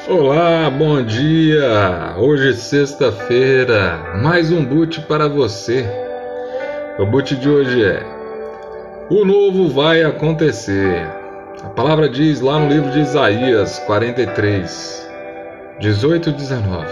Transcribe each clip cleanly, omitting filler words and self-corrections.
Olá, bom dia! Hoje, sexta-feira, mais um boot para você. O boot de hoje é: o novo vai acontecer. A palavra diz lá no livro de Isaías 43, 18 e 19: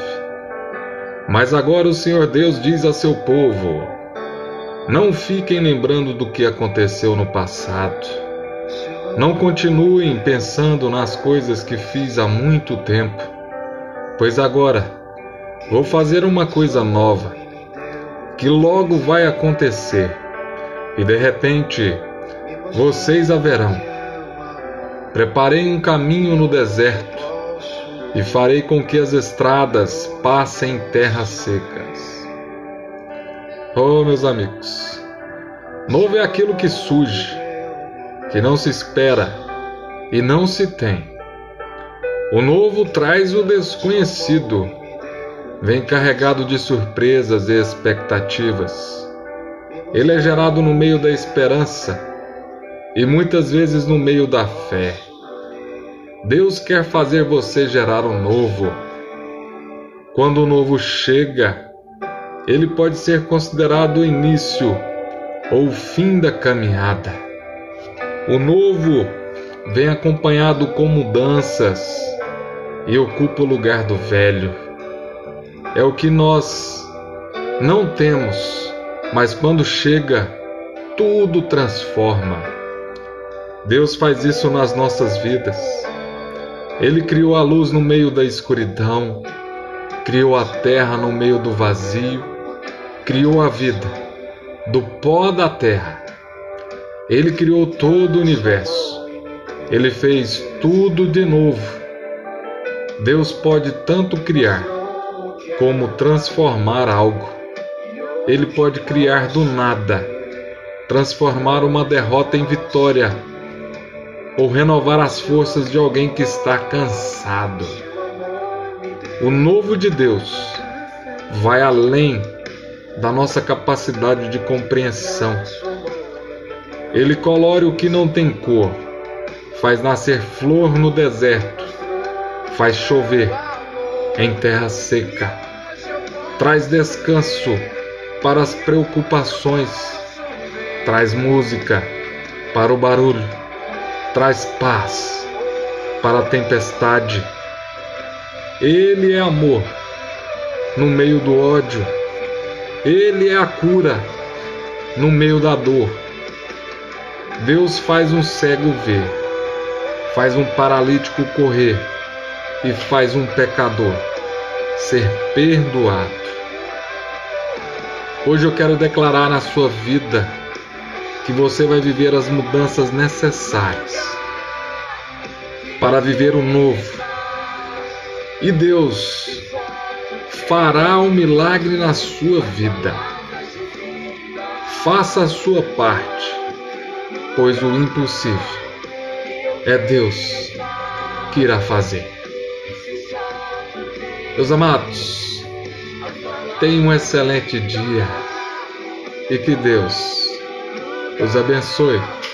Mas agora o Senhor Deus diz a seu povo: não fiquem lembrando do que aconteceu no passado. Não continuem pensando nas coisas que fiz há muito tempo, pois agora vou fazer uma coisa nova, que logo vai acontecer, e de repente vocês a verão. Preparei um caminho no deserto, e farei com que as estradas passem em terras secas. Oh, meus amigos, novo é aquilo que surge, que não se espera e não se tem. O novo traz o desconhecido, vem carregado de surpresas e expectativas. Ele é gerado no meio da esperança e muitas vezes no meio da fé. Deus quer fazer você gerar o novo. Quando o novo chega, ele pode ser considerado o início ou o fim da caminhada. O novo vem acompanhado com mudanças e ocupa o lugar do velho. É o que nós não temos, mas quando chega, tudo transforma. Deus faz isso nas nossas vidas. Ele criou a luz no meio da escuridão, criou a terra no meio do vazio, criou a vida do pó da terra. Ele criou todo o universo. Ele fez tudo de novo. Deus pode tanto criar como transformar algo. Ele pode criar do nada, transformar uma derrota em vitória, ou renovar as forças de alguém que está cansado. O novo de Deus vai além da nossa capacidade de compreensão. Ele colore o que não tem cor, faz nascer flor no deserto, faz chover em terra seca, traz descanso para as preocupações, traz música para o barulho, traz paz para a tempestade. Ele é amor no meio do ódio, ele é a cura no meio da dor. Deus faz um cego ver, faz um paralítico correr e faz um pecador ser perdoado. Hoje eu quero declarar na sua vida que você vai viver as mudanças necessárias para viver o novo. E Deus fará um milagre na sua vida. Faça a sua parte, pois o impossível é Deus que irá fazer. Meus amados, tenham um excelente dia e que Deus os abençoe.